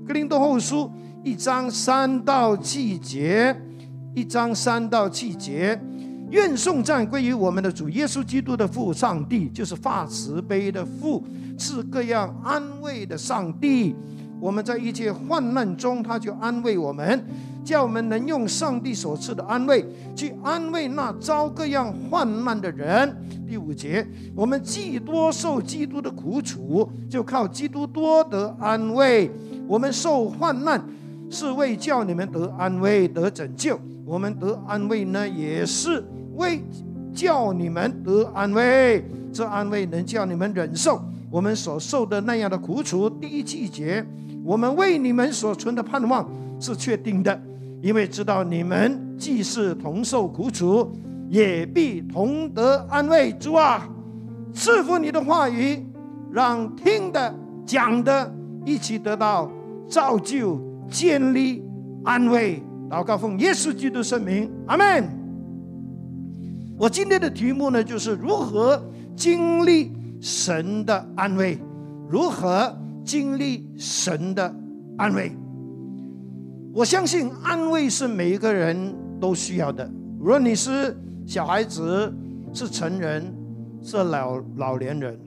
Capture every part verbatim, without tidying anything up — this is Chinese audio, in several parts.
哥林多后书一章三到七节，一章三到七节。愿颂赞归于我们的主耶稣基督的父上帝，就是发慈悲的父，赐各样安慰的上帝。我们在一切患难中，他就安慰我们，叫我们能用上帝所赐的安慰去安慰那遭各样患难的人。第五节，我们既多受基督的苦楚，就靠基督多得安慰。我们受患难，是为叫你们得安慰得拯救。我们得安慰呢，也是为叫你们得安慰，这安慰能叫你们忍受我们所受的那样的苦楚。第七节，我们为你们所存的盼望是确定的，因为知道你们既是同受苦楚，也必同得安慰。主啊，赐福你的话语，让听的讲的一起得到造就、建立、安慰。祷告奉耶稣基督圣名，阿们。我今天的题目呢，就是如何经历神的安慰，如何经历神的安慰。我相信安慰是每一个人都需要的，无论你是小孩子，是成人，是老老年人。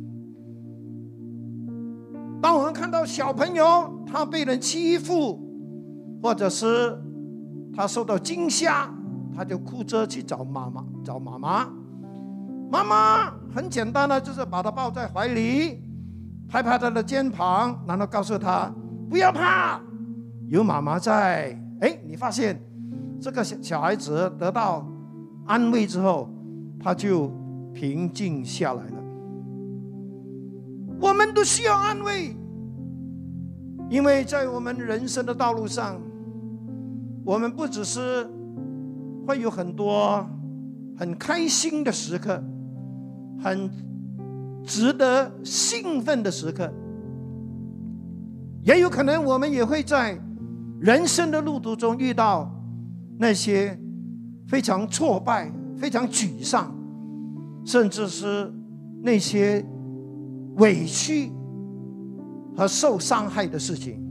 当我们看到小朋友他被人欺负，或者是他受到惊吓，他就哭着去找妈妈，找妈妈。妈妈很简单的，就是把他抱在怀里，拍拍他的肩膀，然后告诉他不要怕，有妈妈在。哎，你发现这个小孩子得到安慰之后，他就平静下来了。我们都需要安慰，因为在我们人生的道路上，我们不只是会有很多很开心的时刻，很值得兴奋的时刻，也有可能我们也会在人生的路途中遇到那些非常挫败、非常沮丧，甚至是那些委屈和受伤害的事情，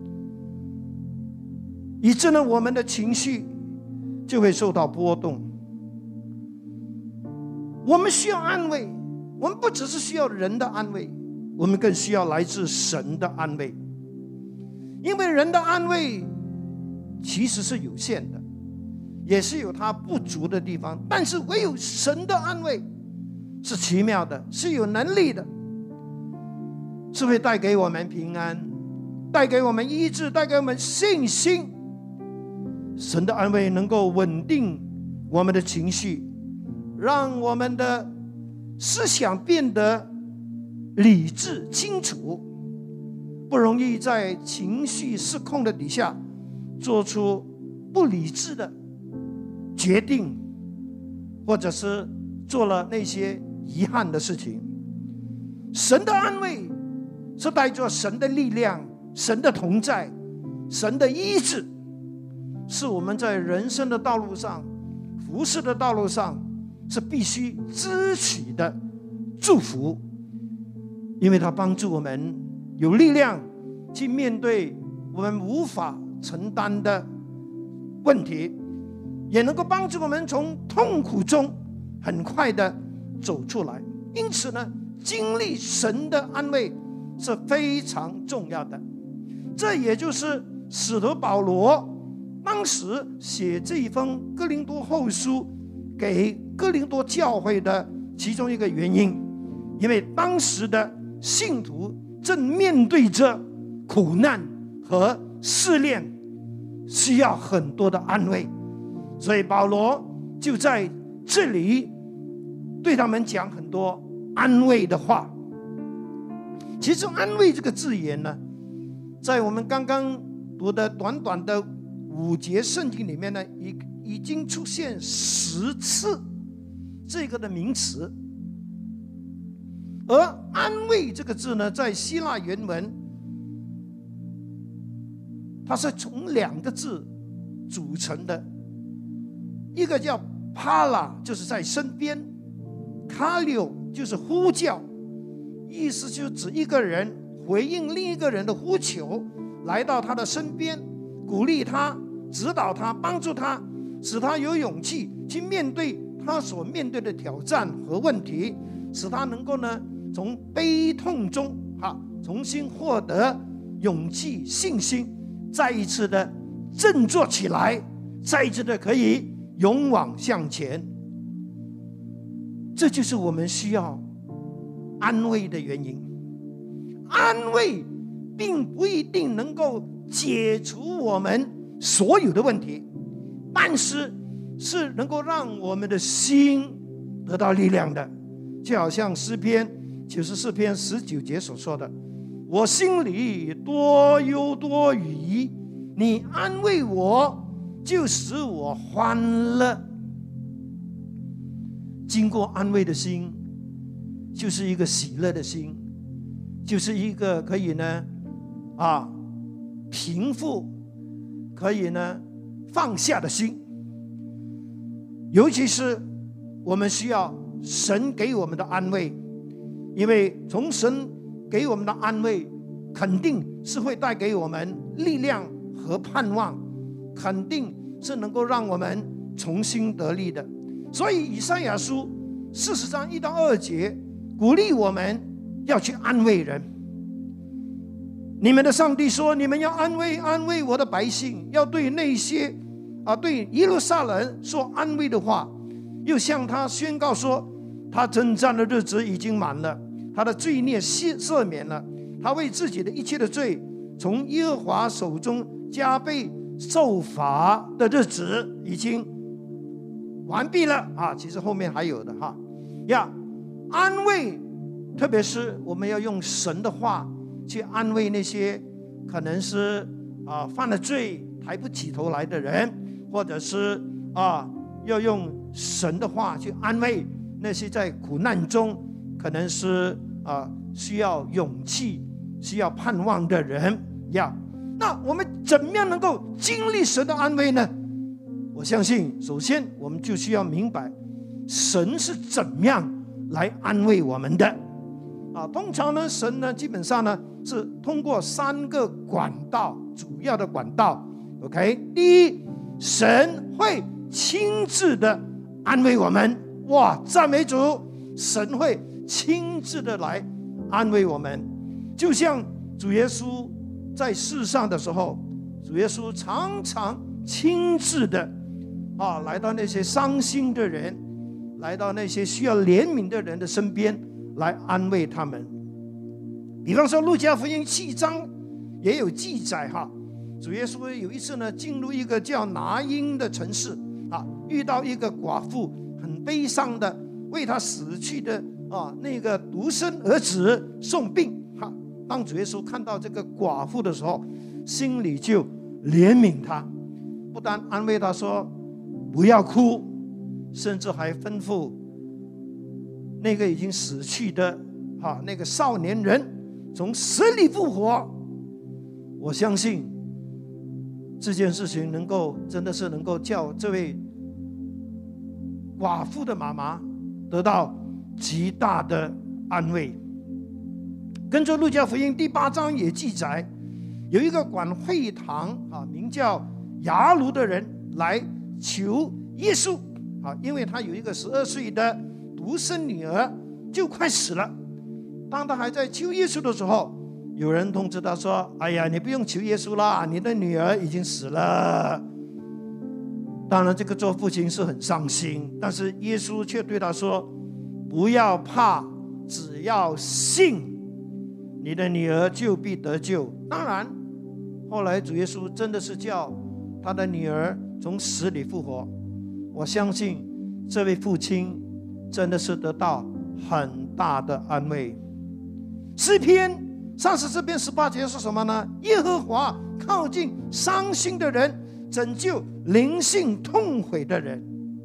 以致呢我们的情绪就会受到波动。我们需要安慰，我们不只是需要人的安慰，我们更需要来自神的安慰。因为人的安慰其实是有限的，也是有它不足的地方，但是唯有神的安慰是奇妙的，是有能力的，是会带给我们平安，带给我们医治，带给我们信心。神的安慰能够稳定我们的情绪，让我们的思想变得理智清楚，不容易在情绪失控的底下做出不理智的决定，或者是做了那些遗憾的事情。神的安慰是带着神的力量，神的同在，神的医治，是我们在人生的道路上，服事的道路上是必须支取的祝福，因为它帮助我们有力量去面对我们无法承担的问题，也能够帮助我们从痛苦中很快的走出来。因此呢，经历神的安慰是非常重要的。这也就是使徒保罗当时写这一封哥林多后书给哥林多教会的其中一个原因，因为当时的信徒正面对着苦难和试炼，需要很多的安慰，所以保罗就在这里对他们讲很多安慰的话。其实安慰这个字眼呢，在我们刚刚读的短短的五节圣经里面呢，已已经出现十次这个的名词。而安慰这个字呢，在希腊原文它是从两个字组成的，一个叫 Pala， 就是在身边， Kaleo 就是呼叫，意思就指一个人回应另一个人的呼求， 来到他的身边，鼓励他，指导他，帮助他，使他有勇气去面对他所面对的挑战和问题，使他能够呢从悲痛中哈重新获得勇气、信心，再一次的振作起来，再一次的可以勇往向前。这就是我们需要安慰的原因。安慰并不一定能够解除我们所有的问题，但是是能够让我们的心得到力量的。就好像诗篇九十四篇十九节所说的，我心里多忧多疑，你安慰我，就使我欢乐。经过安慰的心，就是一个喜乐的心，就是一个可以呢啊平复，可以呢放下的心。尤其是我们需要神给我们的安慰，因为从神给我们的安慰肯定是会带给我们力量和盼望，肯定是能够让我们重新得力的。所以以赛亚书四十章一到二节鼓励我们要去安慰人。你们的上帝说，你们要安慰安慰我的百姓，要对那些啊对耶路撒冷说安慰的话，又向他宣告说，他征战的日子已经满了，他的罪孽赦免了，他为自己的一切的罪从耶和华手中加倍受罚的日子已经完毕了啊！其实后面还有的哈呀，安慰，特别是我们要用神的话去安慰那些可能是啊犯了罪抬不起头来的人，或者是啊要用神的话去安慰那些在苦难中可能是啊需要勇气、需要盼望的人呀。那我们怎么样能够经历神的安慰呢？我相信，首先我们就需要明白神是怎么样来安慰我们的啊。通常呢，神呢基本上呢是通过三个管道，主要的管道。OK， 第一，神会亲自的安慰我们。哇，赞美主！神会亲自的来安慰我们，就像主耶稣在世上的时候，主耶稣常常亲自的啊，来到那些伤心的人，来到那些需要怜悯的人的身边，来安慰他们。比方说，路加福音七章也有记载哈，主耶稣有一次呢，进入一个叫拿因的城市啊，遇到一个寡妇，很悲伤的为他死去的啊那个独生儿子送殡哈。当主耶稣看到这个寡妇的时候，心里就怜悯他，不但安慰他说不要哭，甚至还吩咐那个已经死去的啊那个少年人从死里复活。我相信这件事情能够真的是能够叫这位寡妇的妈妈得到极大的安慰。跟着路加福音第八章也记载，有一个管会堂啊名叫雅鲁的人来求耶稣啊，因为他有一个十二岁的独生女儿就快死了。当他还在求耶稣的时候，有人通知他说，哎呀，你不用求耶稣啦，你的女儿已经死了。当然这个做父亲是很伤心，但是耶稣却对他说，不要怕，只要信，你的女儿就必得救。当然后来主耶稣真的是叫他的女儿从死里复活。我相信这位父亲真的是得到很大的安慰。诗篇三十四篇十八节是什么呢？耶和华靠近伤心的人，拯救灵性痛悔的人。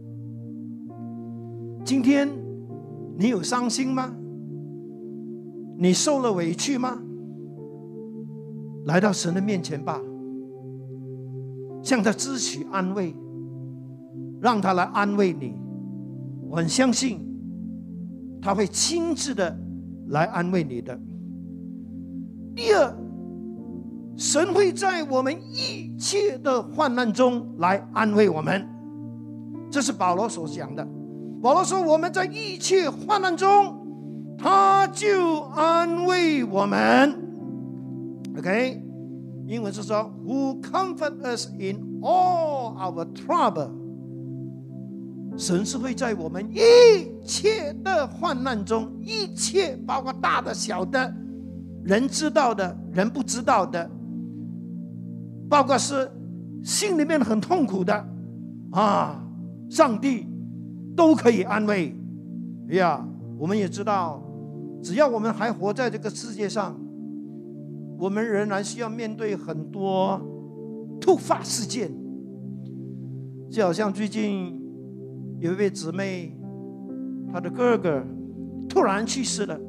今天你有伤心吗？你受了委屈吗？来到神的面前吧，向他支取安慰，让他来安慰你。我很相信他会亲自的来安慰你的。第二， 神会在我们一切的患难中来安慰我们。这是保罗所讲的。保罗说，我们在一切患难中，他就安慰我们。 OK， 英文是说 Who comfort us in all our trouble。 神是会在我们一切的患难中，一切包括大的小的，人知道的，人不知道的，包括是心里面很痛苦的啊，上帝都可以安慰。哎呀，我们也知道，只要我们还活在这个世界上，我们仍然需要面对很多突发事件。就好像最近有一位姊妹，她的哥哥突然去世了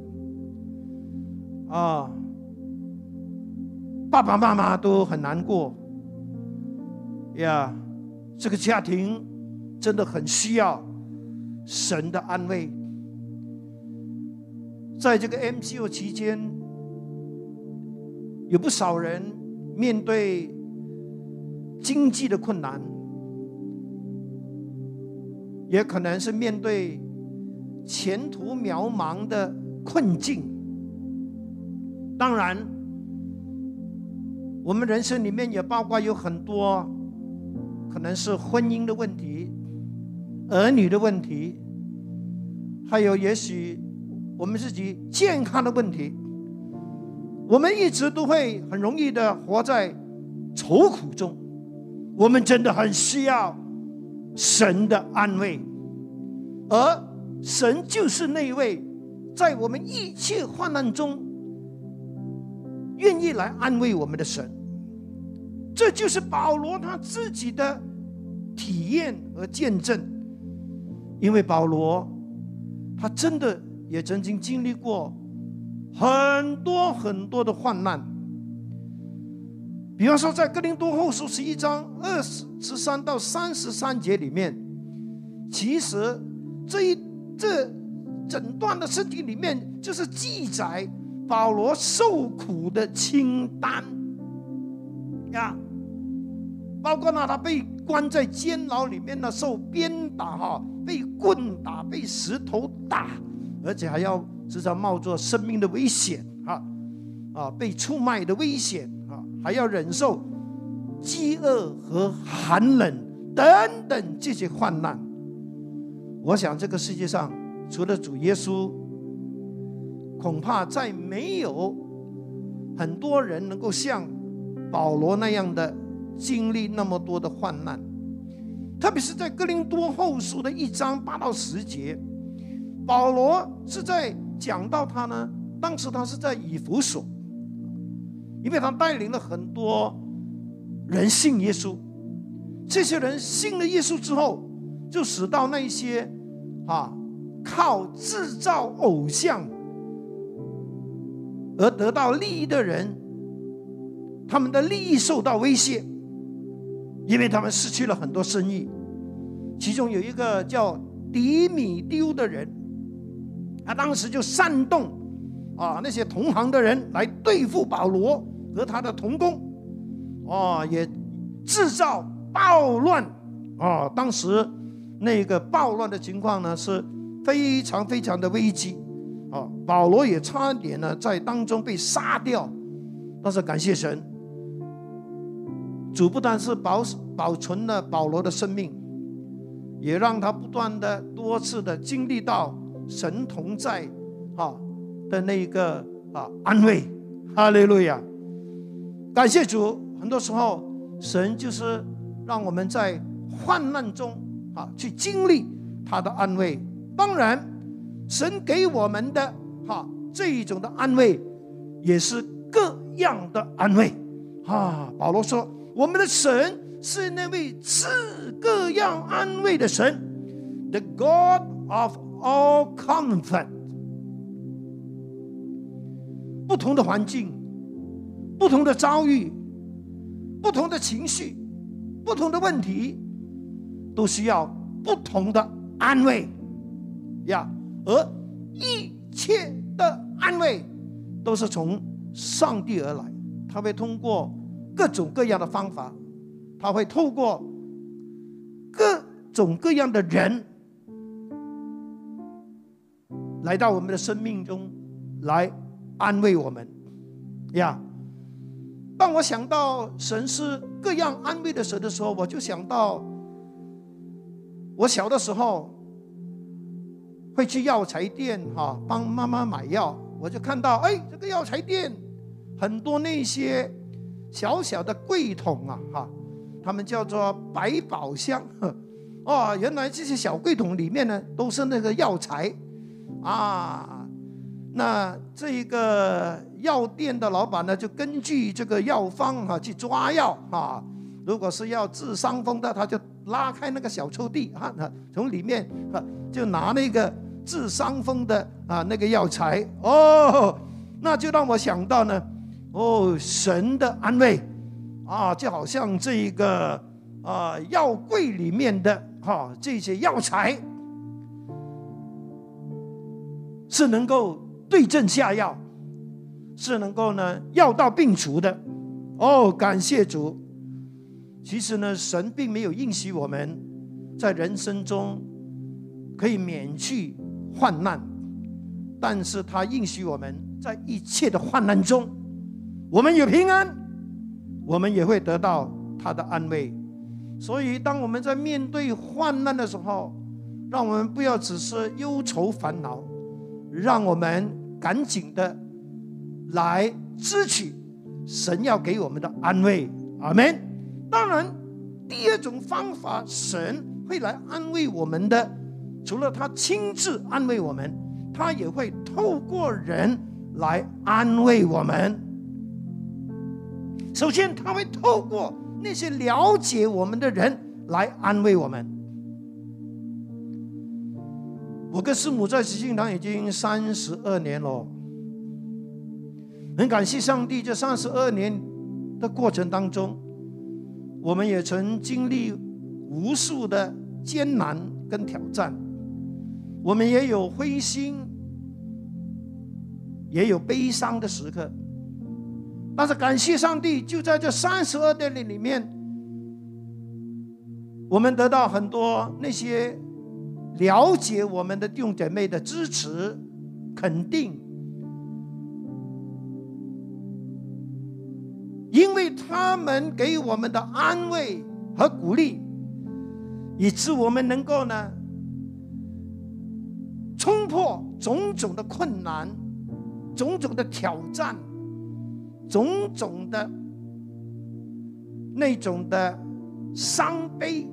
啊，爸爸妈妈都很难过呀。这个家庭真的很需要神的安慰。在这个 M C O 期间，有不少人面对经济的困难，也可能是面对前途渺茫的困境。当然，我们人生里面也包括有很多可能是婚姻的问题、儿女的问题，还有也许我们自己健康的问题。我们一直都会很容易的活在愁苦中，我们真的很需要神的安慰，而神就是那位在我们一切患难中愿意来安慰我们的神。这就是保罗他自己的体验和见证。因为保罗他真的也曾经经历过很多很多的患难。比方说在哥林多后书十一章二十三到三十三节里面，其实这一这整段的圣经里面就是记载保罗受苦的清单呀，包括呢他被关在监牢里面呢，受鞭打哈，被棍打，被石头打，而且还要时常冒着生命的危险哈啊，被出卖的危险啊，还要忍受饥饿和寒冷等等这些患难。我想这个世界上除了主耶稣，恐怕再没有很多人能够像保罗那样的经历那么多的患难。特别是在哥林多后书的一章八到十节，保罗是在讲到他呢，当时他是在以弗所，因为他带领了很多人信耶稣，这些人信了耶稣之后，就使到那些啊靠制造偶像而得到利益的人，他们的利益受到威胁，因为他们失去了很多生意。其中有一个叫迪米丢的人，他当时就煽动啊那些同行的人来对付保罗和他的同工，哦，也制造暴乱啊。当时那个暴乱的情况呢是非常非常的危机啊，保罗也差点呢在当中被杀掉，但是感谢神，主不但是 保, 保存了保罗的生命，也让他不断的多次的经历到神同在啊的那个啊安慰。哈利路亚，感谢主。很多时候神就是让我们在患难中啊去经历他的安慰。当然神给我们的啊这一种的安慰也是各样的安慰啊。保罗说我们的神是那位赐各样安慰的神， The God of all comfort。 不同的环境，不同的遭遇，不同的情绪，不同的问题，都需要不同的安慰呀。而一切的安慰都是从上帝而来， 他会通过各种各样的方法，他会透过各种各样的人来到我们的生命中来安慰我们呀。当我想到神是各样安慰的神的时候，我就想到我小的时候会去药材店哈，帮妈妈买药，我就看到哎，这个药材店很多那些小小的柜桶啊哈，他们叫做百宝箱哦，原来这些小柜桶里面呢都是那个药材啊。那这一个药店的老板呢，就根据这个药方啊去抓药啊。如果是要治伤风的，他就拉开那个小抽屉啊，从里面啊就拿那个治伤风的啊那个药材哦，那就让我想到呢，哦，神的安慰啊，就好像这一个啊药柜里面的哈、啊、这些药材是能够对症下药，是能够呢药到病除的哦，感谢主。其实呢，神并没有应许我们在人生中可以免去患难，但是他应许我们在一切的患难中，我们有平安，我们也会得到他的安慰。所以当我们在面对患难的时候，让我们不要只是忧愁烦恼，让我们赶紧的来支取神要给我们的安慰。阿们。当然第二种方法，神会来安慰我们的，除了他亲自安慰我们，他也会透过人来安慰我们。首先他会透过那些了解我们的人来安慰我们。我跟师母在慈心堂已经三十二年了，很感谢上帝，这三十二年的过程当中，我们也曾经历无数的艰难跟挑战，我们也有灰心，也有悲伤的时刻。但是感谢上帝，就在这三十二年里面，我们得到很多那些了解我们的弟兄姐妹的支持、肯定，因为他们给我们的安慰和鼓励，以致我们能够呢冲破种种的困难、种种的挑战、种种的那种的伤悲，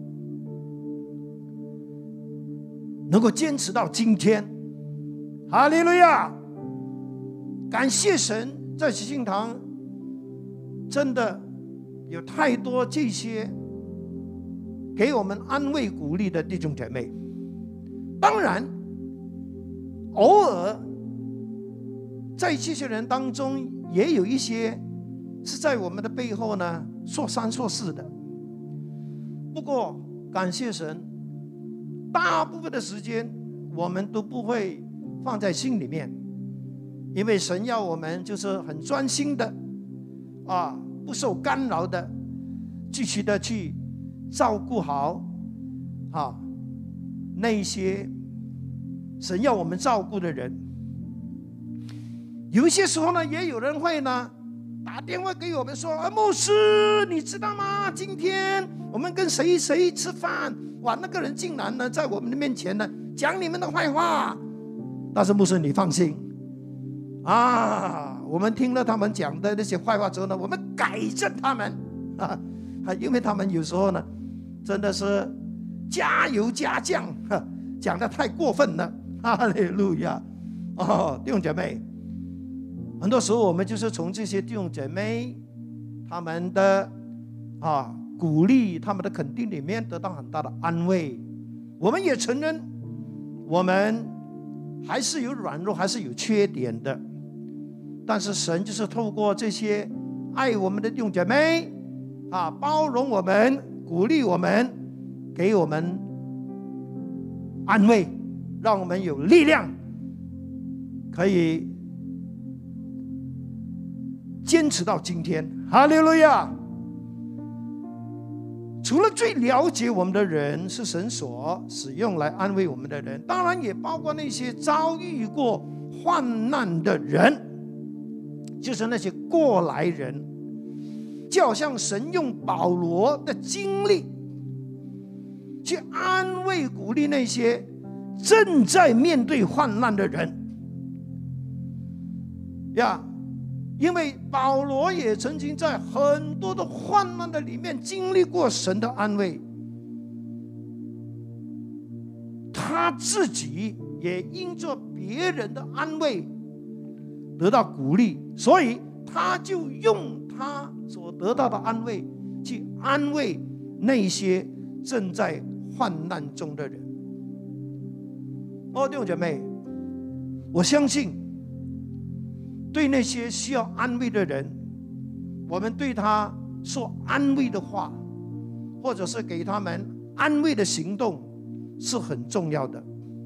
能够坚持到今天。哈利路亚！感谢神，在慈心堂真的有太多这些给我们安慰鼓励的弟兄姐妹。当然偶尔在这些人当中，也有一些是在我们的背后呢说三说四的，不过感谢神，大部分的时间我们都不会放在心里面，因为神要我们就是很专心的啊，不受干扰的继续的去照顾好啊那一些神要我们照顾的人。有一些时候呢，也有人会呢打电话给我们说，啊，牧师你知道吗，今天我们跟谁谁吃饭，哇，那个人竟然呢在我们的面前呢讲你们的坏话。但是牧师你放心啊，我们听了他们讲的那些坏话之后呢，我们改正他们啊，因为他们有时候呢真的是加油加酱，讲得太过分了。哈利路亚！哦，弟兄姐妹，很多时候我们就是从这些弟兄姐妹他们的啊鼓励、他们的肯定里面得到很大的安慰。我们也承认我们还是有软弱，还是有缺点的，但是神就是透过这些爱我们的弟兄姐妹啊，包容我们、鼓励我们，给我们安慰，让我们有力量可以坚持到今天。哈利路亚！除了最了解我们的人是神所使用来安慰我们的人，当然也包括那些遭遇过患难的人，就是那些过来人，就好像神用保罗的经历去安慰鼓励那些正在面对患难的人呀。因为保罗也曾经在很多的患难的里面经历过神的安慰，他自己也因着别人的安慰得到鼓励，所以他就用他所得到的安慰去安慰那些正在患难中的人。哦，弟兄姐妹，我相信对那些需要安慰的人，我们对他说安慰的话，或者是给他们安慰的行动是很重要的。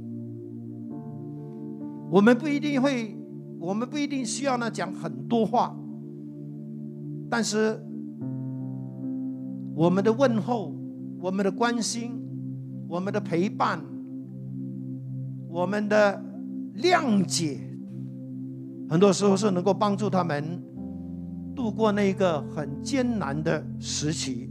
我们不一定会，我们不一定需要呢讲很多话，但是我们的问候、我们的关心、我们的陪伴、我们的谅解，很多时候是能够帮助他们度过那个很艰难的时期。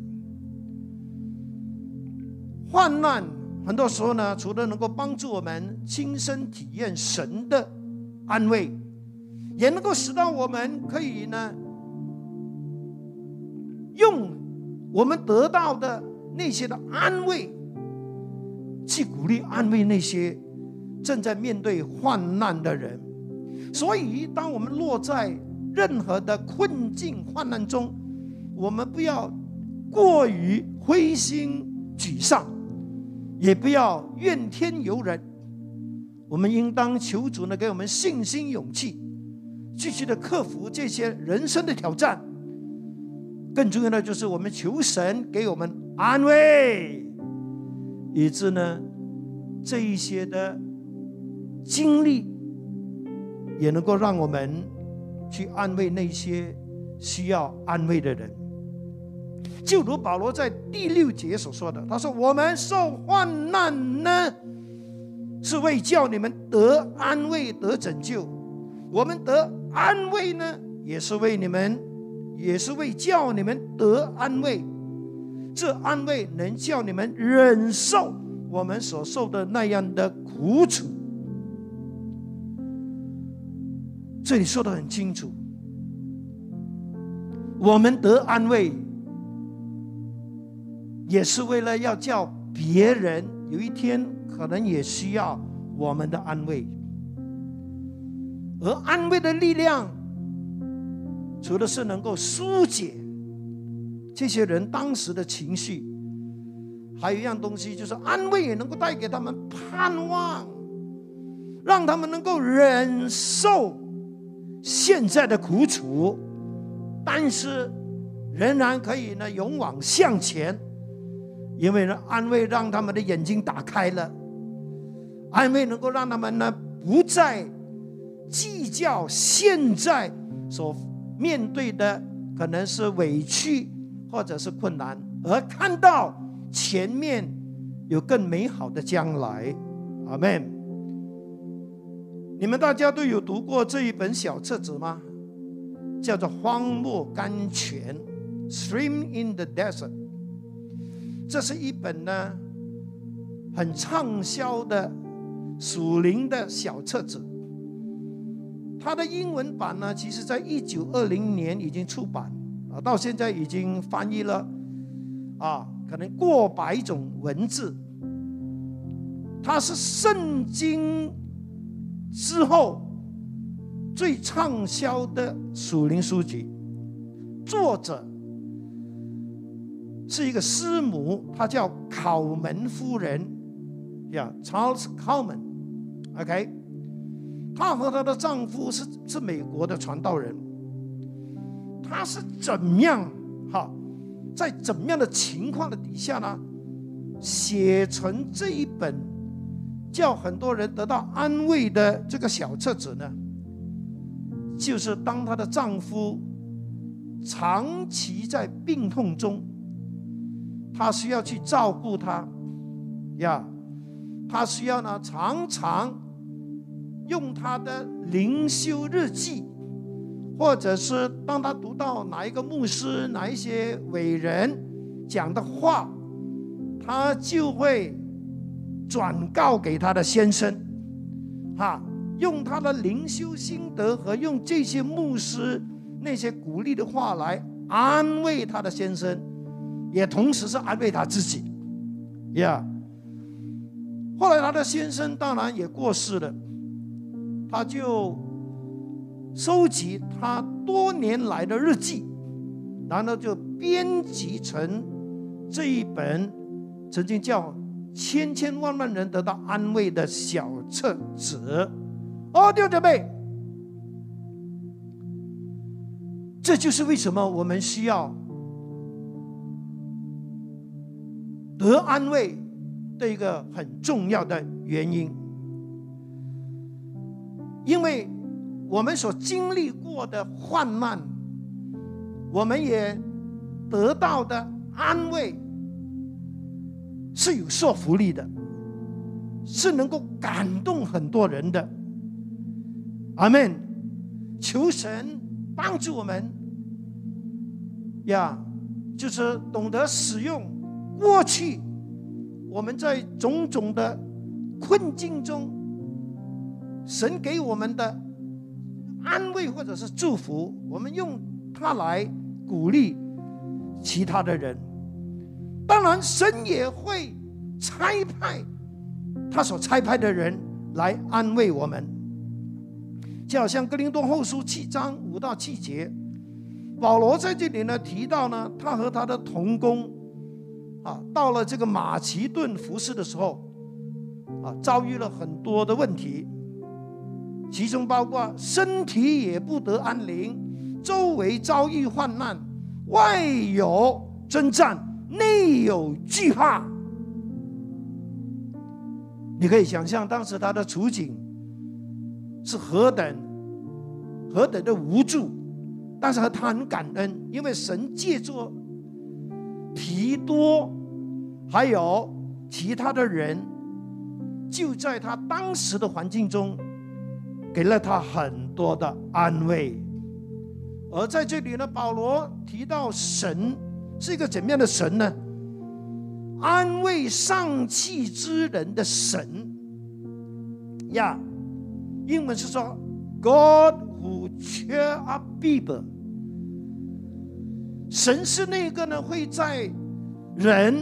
患难很多时候呢，除了能够帮助我们亲身体验神的安慰，也能够使到我们可以呢，用我们得到的那些的安慰，去鼓励安慰那些正在面对患难的人。所以当我们落在任何的困境患难中，我们不要过于灰心沮丧，也不要怨天尤人，我们应当求主呢给我们信心勇气，继续的克服这些人生的挑战。更重要的就是我们求神给我们安慰，以致呢这一些的经历也能够让我们去安慰那些需要安慰的人。就如保罗在第六节所说的，他说我们受患难呢，是为叫你们得安慰得拯救，我们得安慰呢，也是为你们，也是为叫你们得安慰，这安慰能叫你们忍受我们所受的那样的苦楚。这里说得很清楚，我们得安慰也是为了要叫别人有一天可能也需要我们的安慰。而安慰的力量除了是能够疏解这些人当时的情绪，还有一样东西，就是安慰也能够带给他们盼望，让他们能够忍受现在的苦楚，但是仍然可以呢勇往向前。因为呢安慰让他们的眼睛打开了，安慰能够让他们呢不再计较现在所面对的可能是委屈或者是困难，而看到前面有更美好的将来。阿们。你们大家都有读过这一本小册子吗？叫做《荒漠甘泉》 Stream in the Desert。 这是一本呢很畅销的属灵的小册子。它的英文版呢，其实在一九二零年已经出版啊，到现在已经翻译了啊，可能过百种文字。它是圣经之后最畅销的属灵书籍。作者是一个师母，她叫考门夫人，叫 Charles Coleman。OK， 她和她的丈夫是是美国的传道人。她是怎么样哈，在怎么样的情况的底下呢，写成这一本叫很多人得到安慰的这个小册子呢？就是当她的丈夫长期在病痛中，他需要去照顾他呀，他需要呢常常用他的灵修日记，或者是当他读到哪一个牧师、哪一些伟人讲的话，他就会转告给他的先生，哈，用他的灵修心得和用这些牧师那些鼓励的话来安慰他的先生，也同时是安慰他自己呀。Yeah. 后来他的先生当然也过世了，他就收集他多年来的日记，然后就编辑成这一本曾经叫千千万万人得到安慰的小册子。哦，弟兄姐妹，这就是为什么我们需要得安慰的一个很重要的原因。因为我们所经历过的患难，我们也得到的安慰是有说服力的，是能够感动很多人的。阿们。求神帮助我们呀，就是懂得使用过去我们在种种的困境中神给我们的安慰或者是祝福，我们用它来鼓励其他的人。当然神也会差派他所差派的人来安慰我们，就好像哥林多后书七章五到七节，保罗在这里呢提到呢，他和他的同工啊，到了这个马其顿服事的时候啊，遭遇了很多的问题，其中包括身体也不得安宁，周围遭遇患难，外有征战，内有惧怕。你可以想象当时他的处境是何等何等的无助，但是他很感恩，因为神借着提多还有其他的人，就在他当时的环境中给了他很多的安慰。而在这里呢，保罗提到神是一个怎么样的神呢？安慰丧气之人的神呀，英文是说 God who cheer up people。 神是那个呢会在人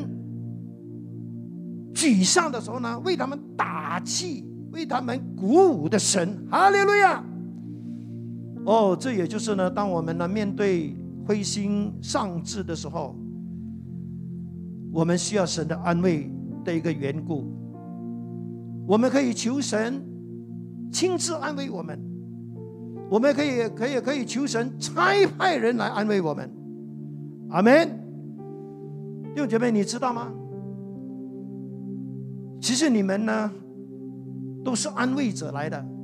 沮丧的时候呢为他们打气，为他们鼓舞的神。哈利路亚！哦，这也就是呢，当我们呢面对灰心丧志的时候，我们需要神的安慰的一个缘故。我们可以求神亲自安慰我们，我们可以可以可以求神差派人来安慰我们。阿们。弟兄姐妹，你知道吗？其实你们呢都是安慰者来的。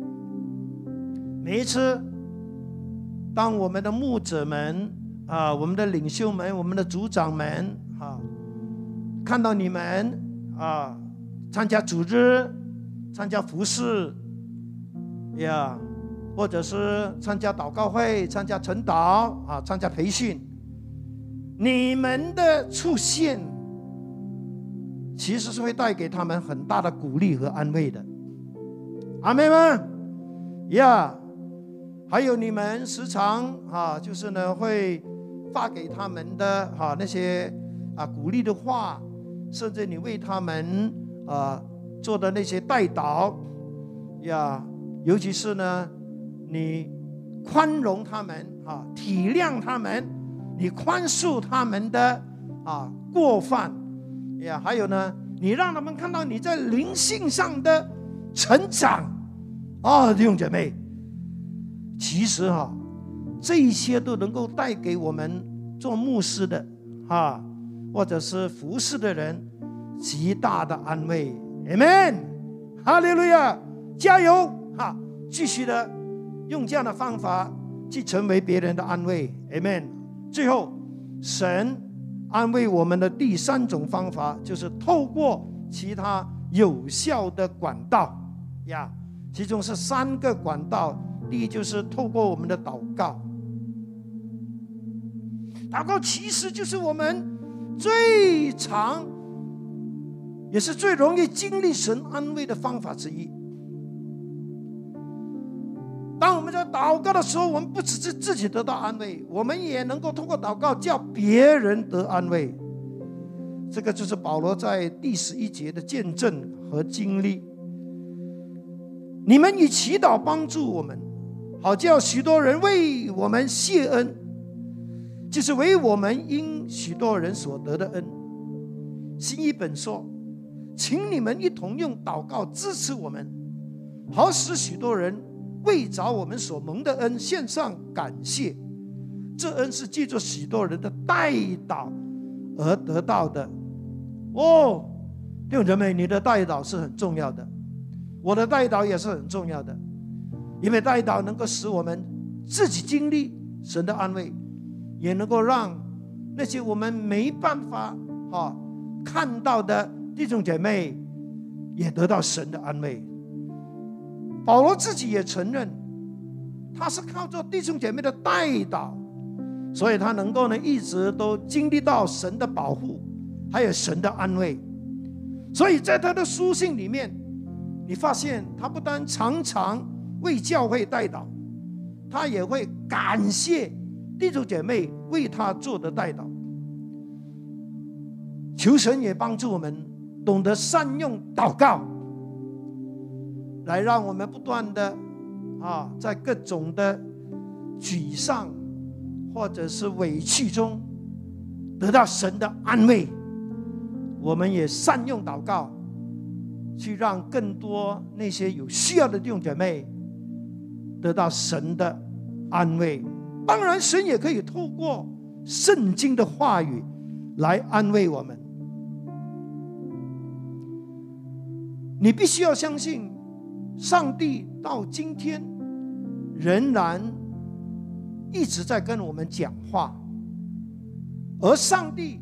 每一次当我们的牧者们啊，我们的领袖们，我们的组长们啊，看到你们啊参加组织、参加服事呀，或者是参加祷告会、参加晨祷啊、参加培训，你们的出现其实是会带给他们很大的鼓励和安慰的。阿们吗？呀，还有你们时常啊，就是呢会发给他们的啊那些啊鼓励的话，甚至你为他们啊做的那些代祷呀，尤其是呢你宽容他们啊，体谅他们，你宽恕他们的啊过犯呀，还有呢你让他们看到你在灵性上的成长啊，弟兄姐妹，其实哈、啊，这一些都能够带给我们做牧师的啊，或者是服侍的人极大的安慰。阿们，哈利路亚，加油哈！继续的用这样的方法去成为别人的安慰 Amen。 最后，神安慰我们的第三种方法就是透过其他有效的管道呀，其中是三个管道。第一就是透过我们的祷告，祷告其实就是我们最常也是最容易经历神安慰的方法之一。当我们在祷告的时候，我们不只是自己得到安慰，我们也能够通过祷告叫别人得安慰。这个就是保罗在第十一节的见证和经历。你们以祈祷帮助我们，好叫许多人为我们谢恩，就是为我们因许多人所得的恩。新译本说，请你们一同用祷告支持我们，好使许多人为着我们所蒙的恩献上感谢。这恩是借着许多人的代祷而得到的。哦，弟兄姐妹，你的代祷是很重要的，我的代祷也是很重要的，因为代祷能够使我们自己经历神的安慰，也能够让那些我们没办法、啊、看到的弟兄姐妹也得到神的安慰。保罗自己也承认，他是靠着弟兄姐妹的代祷，所以他能够呢一直都经历到神的保护，还有神的安慰。所以在他的书信里面，你发现他不但常常为教会代祷，他也会感谢弟兄姐妹为他做的代祷。求神也帮助我们懂得善用祷告，来让我们不断的啊，在各种的沮丧或者是委屈中得到神的安慰。我们也善用祷告，去让更多那些有需要的弟兄姐妹得到神的安慰。当然，神也可以透过圣经的话语来安慰我们。你必须要相信，上帝到今天仍然一直在跟我们讲话，而上帝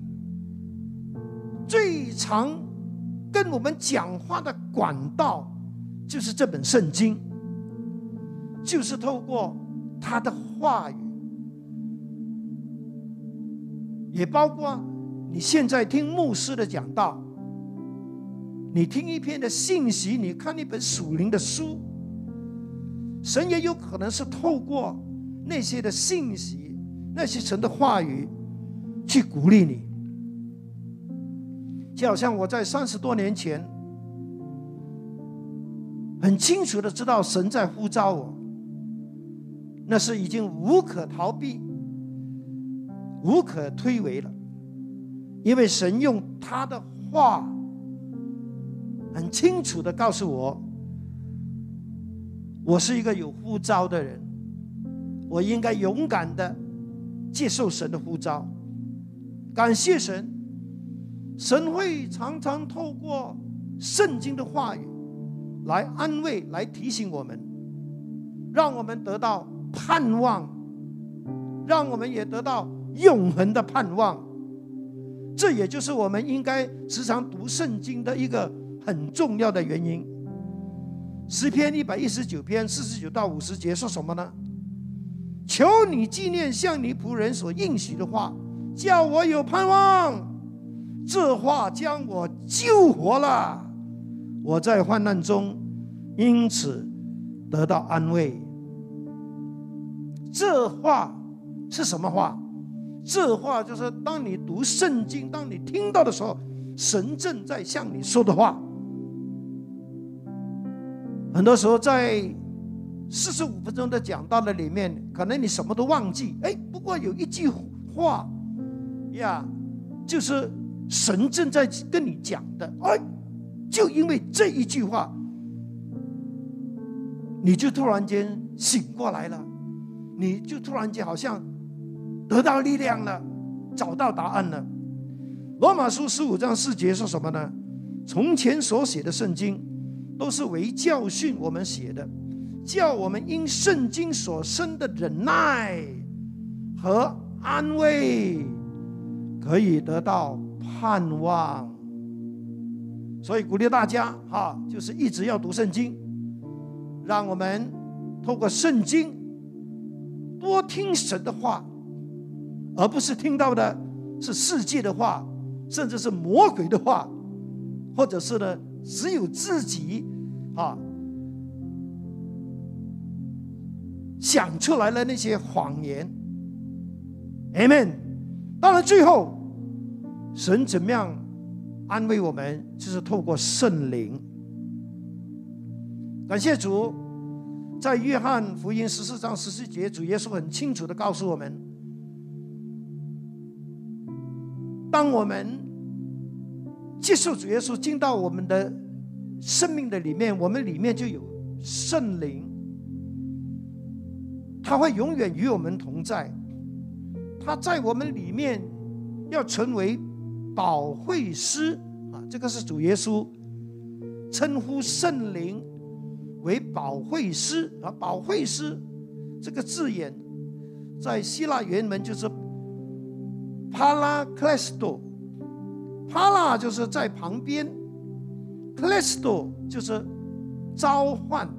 最常跟我们讲话的管道就是这本圣经，就是透过他的话语，也包括你现在听牧师的讲道，你听一篇的信息，你看一本属灵的书，神也有可能是透过那些的信息，那些神的话语去鼓励你。就好像我在三十多年前很清楚的知道神在呼召我，那是已经无可逃避无可推诿了，因为神用他的话很清楚的告诉我，我是一个有呼召的人，我应该勇敢的接受神的呼召。感谢神，神会常常透过圣经的话语来安慰，来提醒我们，让我们得到盼望，让我们也得到永恒的盼望。这也就是我们应该时常读圣经的一个很重要的原因。诗篇一百一十九篇四十九到五十节说什么呢？求你纪念向你仆人所应许的话，叫我有盼望。这话将我救活了，我在患难中因此得到安慰。这话是什么话？这话就是当你读圣经，当你听到的时候，神正在向你说的话。很多时候在四十五分钟的讲道的里面，可能你什么都忘记，哎，不过有一句话呀，就是神正在跟你讲的，哎，就因为这一句话，你就突然间醒过来了，你就突然间好像得到力量了，找到答案了。罗马书十五章四节说什么呢？从前所写的圣经都是为教训我们写的， 叫我们因圣经所生的忍耐和安慰，可以得到盼望。所以鼓励大家哈，就是一直要读圣经，让我们透过圣经多听神的话，而不是听到的是世界的话，甚至是魔鬼的话，或者是呢只有自己啊想出来的那些谎言。 Amen。 当然最后神怎么样安慰我们，就是透过圣灵。感谢主，在约翰福音十四章十四节，主耶稣很清楚地告诉我们，当我们接受主耶稣进到我们的生命的里面，我们里面就有圣灵，他会永远与我们同在，他在我们里面要成为保惠师啊，这个是主耶稣称呼圣灵为保惠师啊。保惠师这个字眼在希腊原文就是 Paraklesto， Para 就是在旁边， Klesto 就是召唤，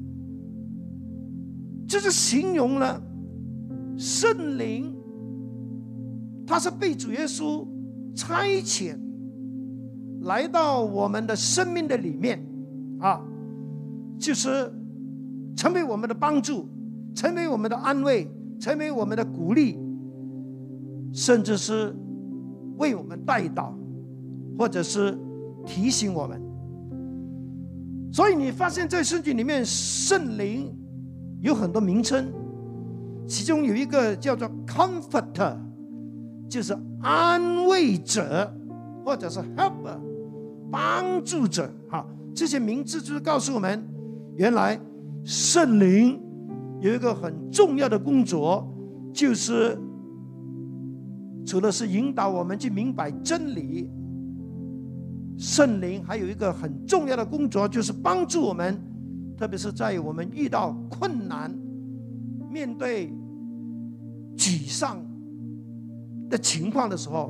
就是形容了圣灵他是被主耶稣差遣来到我们的生命的里面啊，就是成为我们的帮助，成为我们的安慰，成为我们的鼓励，甚至是为我们代祷，或者是提醒我们。所以你发现在圣经里面圣灵有很多名称，其中有一个叫做 Comforter， 就是安慰者，或者是 Helper， 帮助者。好，这些名字就是告诉我们，原来圣灵有一个很重要的工作，就是除了是引导我们去明白真理，圣灵还有一个很重要的工作，就是帮助我们，特别是在我们遇到困难、面对沮丧的情况的时候，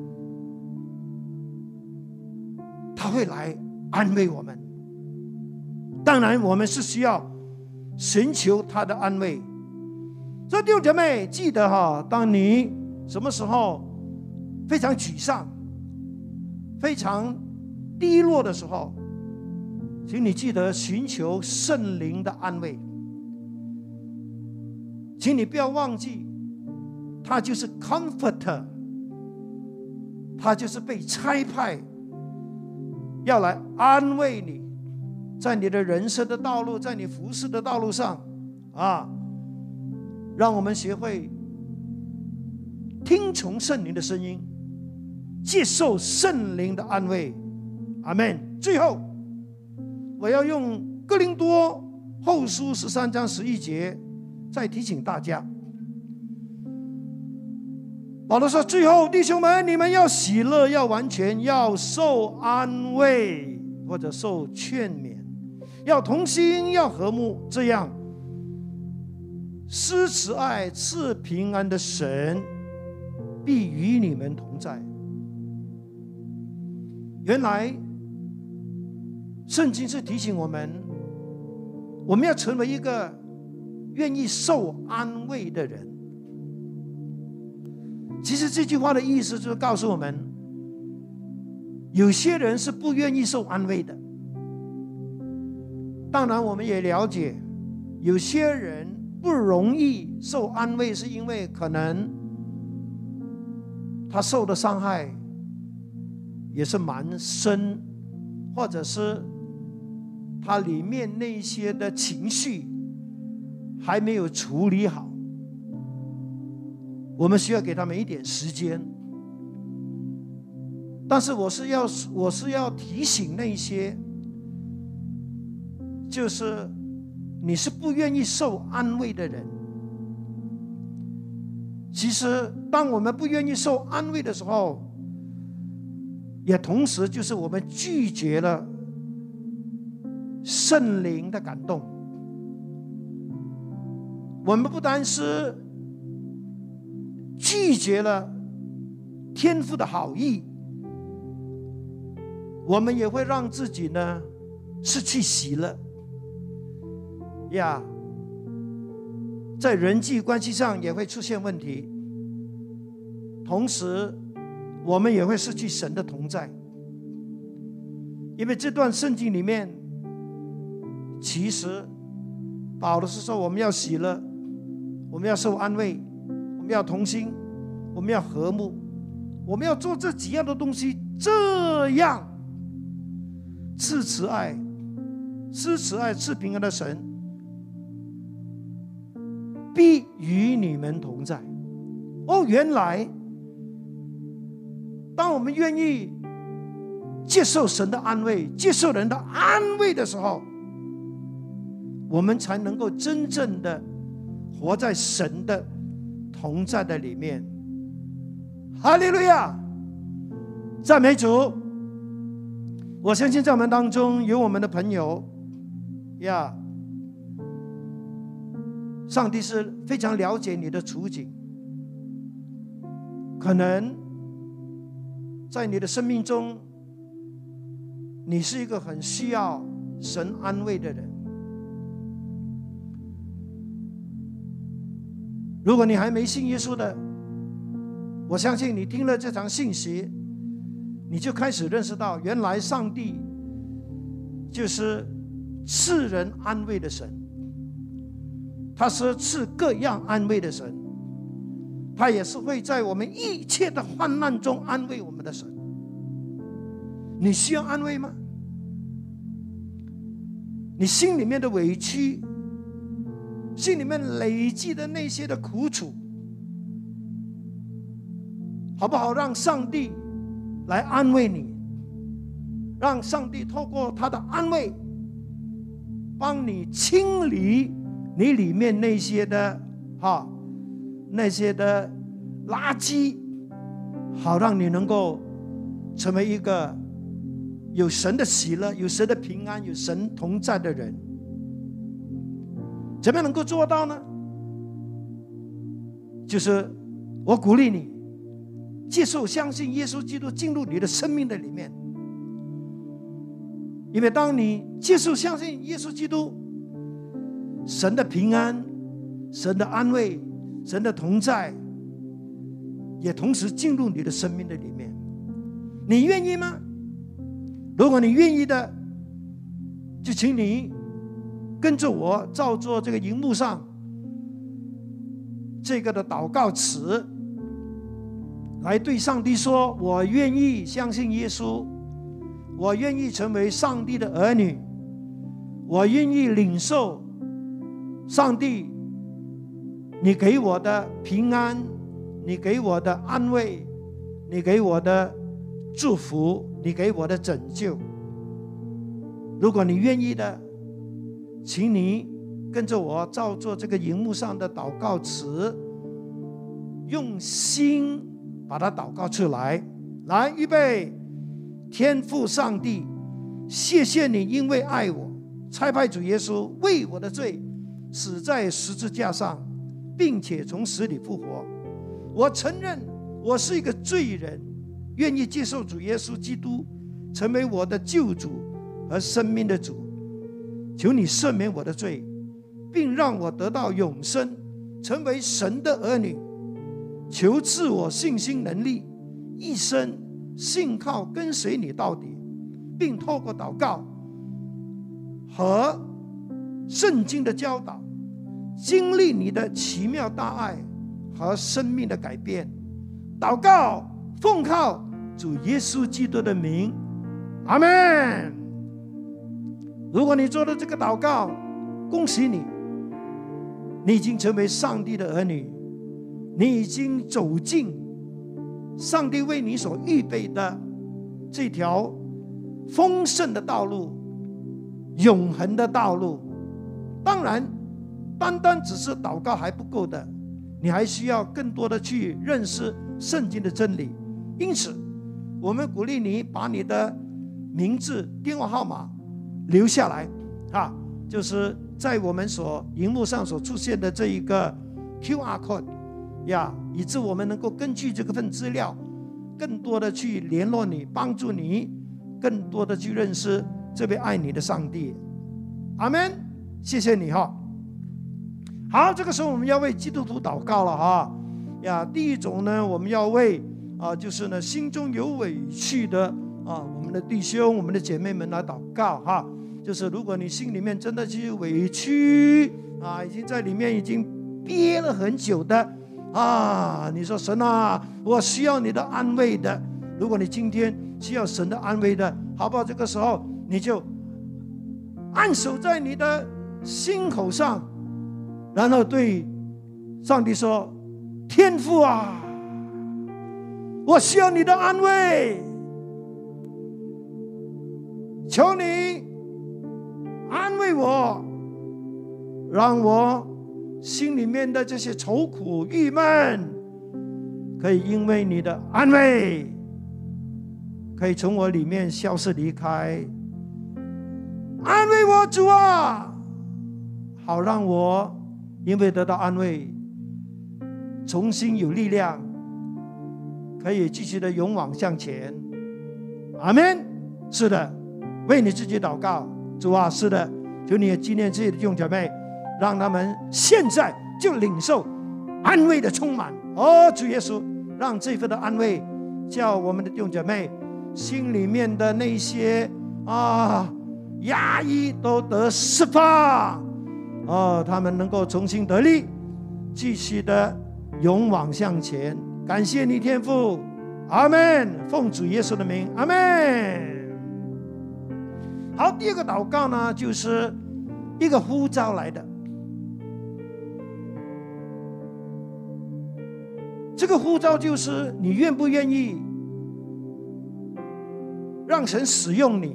他会来安慰我们。当然我们是需要寻求他的安慰。所以弟兄姐妹记得哈，当你什么时候非常沮丧、非常低落的时候，请你记得寻求圣灵的安慰。请你不要忘记，他就是 comforter， 他就是被差派要来安慰你，在你的人生的道路，在你服侍的道路上啊，让我们学会听从圣灵的声音，接受圣灵的安慰。阿们。最后我要用哥林多后书十三章十一节再提醒大家。保罗说，最后弟兄们，你们要喜乐，要完全，要受安慰，或者受劝勉，要同心，要和睦，这样施慈爱赐平安的神必与你们同在。原来圣经是提醒我们，我们要成为一个愿意受安慰的人。其实这句话的意思就是告诉我们，有些人是不愿意受安慰的。当然我们也了解，有些人不容易受安慰，是因为可能他受的伤害也是蛮深，或者是他里面那些的情绪还没有处理好，我们需要给他们一点时间。但是我是要我是要提醒那些，就是你是不愿意受安慰的人。其实当我们不愿意受安慰的时候，也同时就是我们拒绝了圣灵的感动。 我们不单是拒绝了天父的好意，我们也会让自己呢失去喜乐呀，在人际关系上也会出现问题，同时我们也会失去神的同在。因为这段圣经里面，其实保罗是说我们要喜乐，我们要受安慰，我们要同心，我们要和睦，我们要做这几样的东西，这样赐慈爱、施慈爱、赐平安的神必与你们同在。哦，原来当我们愿意接受神的安慰，接受人的安慰的时候，我们才能够真正的活在神的同在的里面。哈利路亚，赞美主。我相信在我们当中有我们的朋友呀，上帝是非常了解你的处境，可能在你的生命中，你是一个很需要神安慰的人。如果你还没信耶稣的，我相信你听了这场信息，你就开始认识到，原来上帝就是赐人安慰的神，他是赐各样安慰的神，他也是会在我们一切的患难中安慰我们的神。你需要安慰吗？你心里面的委屈，心里面累积的那些的苦楚，好不好让上帝来安慰你，让上帝透过他的安慰帮你清理你里面那些的哈那些的垃圾，好让你能够成为一个有神的喜乐、有神的平安、有神同在的人。怎么样能够做到呢？就是我鼓励你接受、相信耶稣基督进入你的生命的里面。因为当你接受、相信耶稣基督，神的平安、神的安慰、神的同在也同时进入你的生命的里面。你愿意吗？如果你愿意的，就请你跟着我照做这个荧幕上这个的祷告词，来对上帝说，我愿意相信耶稣，我愿意成为上帝的儿女，我愿意领受上帝你给我的平安，你给我的安慰，你给我的祝福，你给我的拯救。如果你愿意的，请你跟着我照做这个荧幕上的祷告词，用心把它祷告出来。来，预备。天父上帝，谢谢你因为爱我，差派主耶稣为我的罪死在十字架上，并且从死里复活。我承认我是一个罪人，愿意接受主耶稣基督成为我的救主和生命的主。求你赦免我的罪，并让我得到永生，成为神的儿女。求赐我信心能力，一生信靠跟随你到底，并透过祷告和圣经的教导，经历你的奇妙大爱和生命的改变。祷告奉靠主耶稣基督的名，阿们。如果你做了这个祷告，恭喜你，你已经成为上帝的儿女，你已经走进上帝为你所预备的这条丰盛的道路，永恒的道路。当然单单只是祷告还不够的，你还需要更多的去认识圣经的真理。因此我们鼓励你把你的名字、电话号码留下来啊，就是在我们所荧幕上所出现的这一个 Q R code 呀，以致我们能够根据这个份资料，更多的去联络你，帮助你，更多的去认识这位爱你的上帝。阿们，谢谢你哈。好，这个时候我们要为基督徒祷告了哈。呀，第一种呢，我们要为啊，就是呢心中有委屈的啊，我们的弟兄、我们的姐妹们来祷告哈。就是如果你心里面真的是委屈啊，已经在里面已经憋了很久的啊，你说神啊，我需要你的安慰的。如果你今天需要神的安慰的，好不好？这个时候你就按手在你的心口上，然后对上帝说：天父啊，我需要你的安慰，求你安慰我，让我心里面的这些愁苦郁闷可以因为你的安慰可以从我里面消失离开。安慰我，主啊，好让我因为得到安慰重新有力量，可以继续的勇往向前。阿们。是的，为你自己祷告，主啊，是的，求你也纪念这些弟兄姐妹，让他们现在就领受安慰的充满。哦，主耶稣，让这份的安慰叫我们的弟兄姐妹心里面的那些啊压抑都得释放。哦，他们能够重新得力，继续的勇往向前。感谢你天父，阿们。奉主耶稣的名，阿们。好，第二个祷告呢，就是一个呼召来的。这个呼召就是你愿不愿意让神使用你，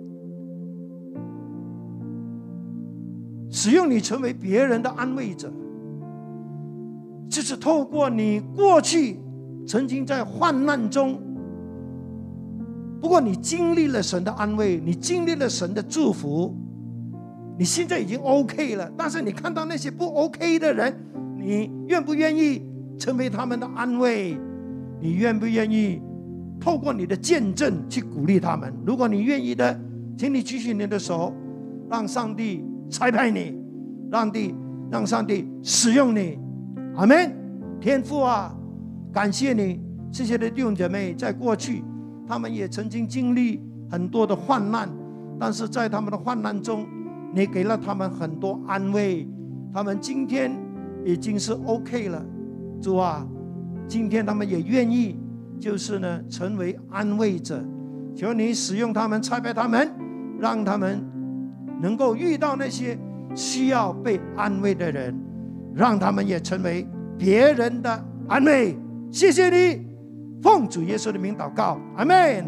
使用你成为别人的安慰者，就是透过你过去曾经在患难中，不过你经历了神的安慰，你经历了神的祝福，你现在已经 OK 了，但是你看到那些不 OK 的人，你愿不愿意成为他们的安慰？你愿不愿意透过你的见证去鼓励他们？如果你愿意的，请你举起你的手，让上帝差派你，让帝让上帝使用你。阿们。天父啊，感谢你，这些的弟兄姐妹在过去他们也曾经经历很多的患难，但是在他们的患难中，你给了他们很多安慰，他们今天已经是 OK 了。主啊，今天他们也愿意就是呢成为安慰者，求你使用他们，差派他们，让他们能够遇到那些需要被安慰的人，让他们也成为别人的安慰。谢谢你，奉主耶稣的名祷告，阿们。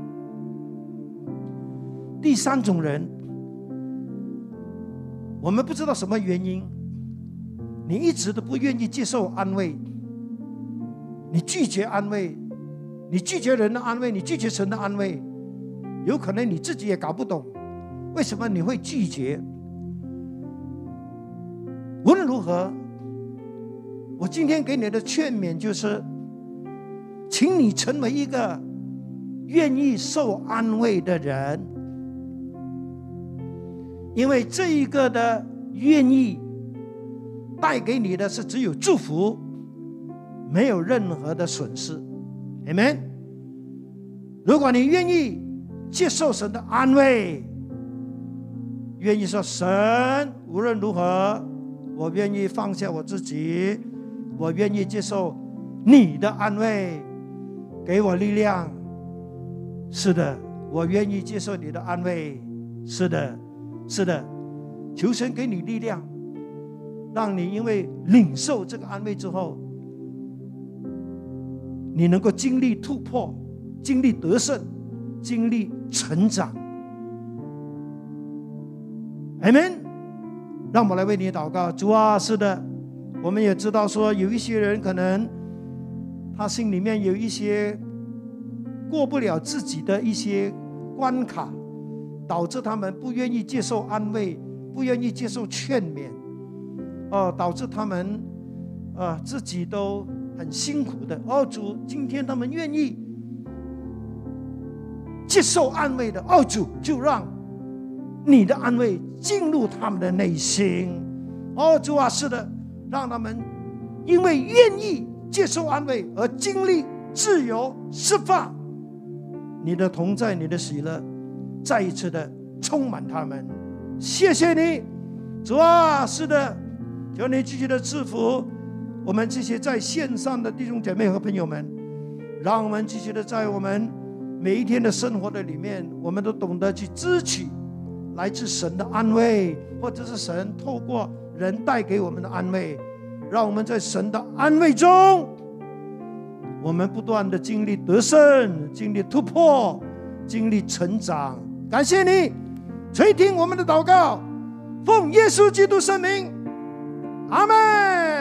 第三种人，我们不知道什么原因，你一直都不愿意接受安慰，你拒绝安慰，你拒绝人的安慰，你拒绝神的安慰，有可能你自己也搞不懂为什么你会拒绝。无论如何，我今天给你的劝勉就是，请你成为一个愿意受安慰的人，因为这一个的愿意带给你的是只有祝福，没有任何的损失。 Amen。 如果你愿意接受神的安慰，愿意说神无论如何我愿意放下我自己，我愿意接受你的安慰，给我力量。是的，我愿意接受你的安慰。是的，是的，求神给你力量，让你因为领受这个安慰之后，你能够经历突破，经历得胜，经历成长。 Amen。 让我们来为你祷告。主啊，是的，我们也知道说有一些人可能他心里面有一些过不了自己的一些关卡，导致他们不愿意接受安慰， 不愿意接受劝勉，哦，导致他们啊自己都很辛苦的。哦，主，今天他们愿意接受安慰的，哦，主，就让你的安慰进入他们的内心。哦，主啊，是的，让他们因为愿意接受安慰而经历自由释放。你的同在，你的喜乐再一次的充满他们。谢谢你，主啊，是的，求你继续的赐福我们这些在线上的弟兄姐妹和朋友们，让我们继续的在我们每一天的生活的里面，我们都懂得去支取来自神的安慰，或者是神透过人带给我们的安慰，让我们在神的安慰中，我们不断的经历得胜，经历突破，经历成长。感谢你垂听我们的祷告，奉耶稣基督圣名，阿们。